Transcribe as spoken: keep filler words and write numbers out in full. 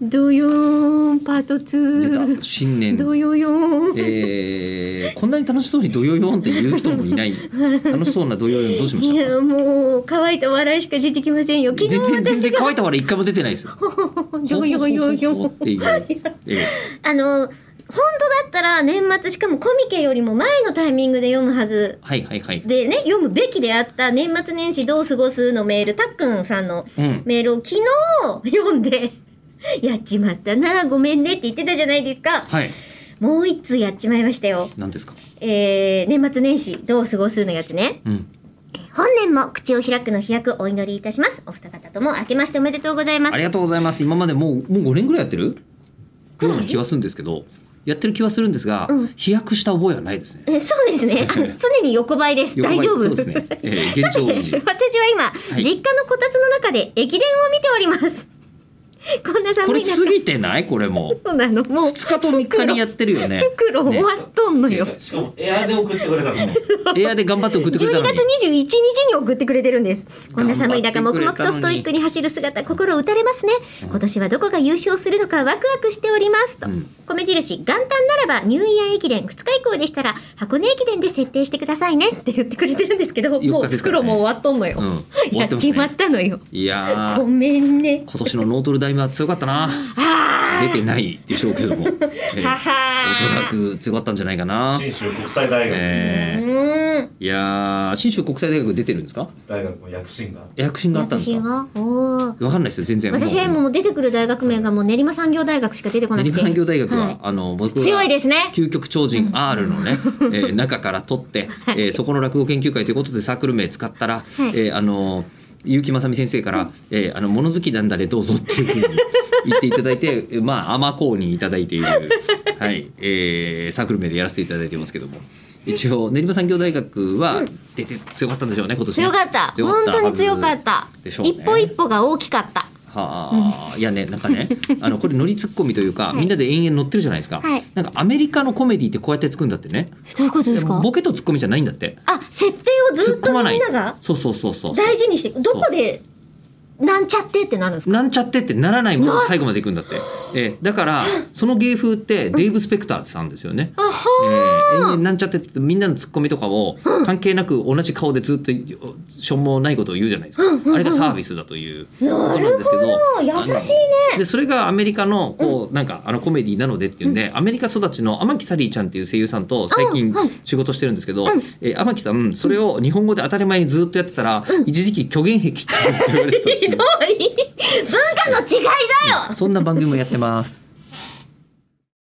土曜パートツー。 出た新年土曜よーん、 えー、こんなに楽しそうに土曜よんって言う人もいない。楽しそうな土曜よんどうしましたか。 いやもう乾いた笑いしか出てきませんよ。昨日全然全然私が乾いた笑い一回も出てないですよ。 土曜よよほほほほっていう、えあの本当だったら年末しかもコミケよりも前のタイミングで読むはずー、はいはいはい。 でね、読むべきであった年末年始どう過ごすのメール、たっくんさんのうんメールを昨日読んでやっちまったなごめんねって言ってたじゃないですか。 はい。 もう一通やっちまいましたよ。 何ですか。 えー、年末年始どう過ごすのやつね。 うん。 本年も口を開くの飛躍お祈りいたします。お二方とも明けましておめでとうございます。 ありがとうございます。今までもうもうごねんぐらいやってるような気はするんですけど、やってる気はするんですが、 うん飛躍した覚えはないですね。 えそうですね。あの常に横ばいです。大丈夫。 そうですね。えー、現状維持。 私は今、 い実家のこたつの中で駅伝を見ております。こんなこれ寒い中。 過ぎてないこれもそうなの。もうふつかとみっかにやってるよね。 袋終わっとんのよ。 しかもエアで送ってくれたのもエアで頑張って送ってくじゅうにがつれたのに。 にじゅういちにちに送ってくれてるんです。こんな寒い中頑張ってくれたのに黙々とストイックに走る姿心打たれますね。今年はどこが優勝するのかワクワクしておりますと、 うん米印元旦ならばニューイヤー駅伝ふつか以降でしたら箱根駅伝で設定してくださいねって言ってくれてるんですけど、もよっうかですからね袋も終わっとんのよ、 うん終わってますねやっちまったのよ。 いやごーめんね。 今年のノートルダイムは強かったな。 あ出てないでしょうけども、えーーはおそらはく強かったんじゃないかな。 信州国際大学です、 えーーうーんいやー信州国際大学出てるんですか。 大学も躍進が躍進があったんですか。 私がおーわかんないですよ全然。 私はもう出てくる大学名がもう練馬産業大学しか出てこなくて、 練馬産業大学は、 はいあの僕が強いですね。 究極超人 R のね、えー中から取って、えーそこの落語研究会ということでサークル名使ったら、 はいえーあの結城正美先生から、えーあの物好きなんだねどうぞっていうふうに言っていただいてえーまあ甘公認いただいている、はいえーサークル名でやらせていただいてますけども、一応練馬産業大学は出て強かったんでしょうね今年ね。 強かった。 強本当に強かった。 でしょうね一歩一歩が大きかった。 はあ、いやねなんかねあのこれノリツッコミというか、みんなで延々乗ってるじゃないですか、 はいなんかアメリカのコメディってこうやって作るんだってね。 どういうことですか。 ボケとツッコミじゃないんだって。 あ、設定をずっとみんながそうそうそうそう大事にして、どこでなんちゃってってなるんですか。 なんちゃってってならないもの最後までいくんだって、えーだからその芸風ってデーブ・スペクターさんですよね、 あはえー永遠なんちゃってってみんなのツッコミとかを関係なく同じ顔でずっとしょうもないことを言うじゃないですか、あれがサービスだということなんですけど、 なるほど優しいねあのでそれがアメリカのこうなんかあのコメディなのでっていうんで、アメリカ育ちの天木サリーちゃんっていう声優さんと最近仕事してるんですけど、えー天木さんそれを日本語で当たり前にずっとやってたら、一時期虚言癖って言われてたっていうひどい文化の違いだよ。 そんな番組もやってます。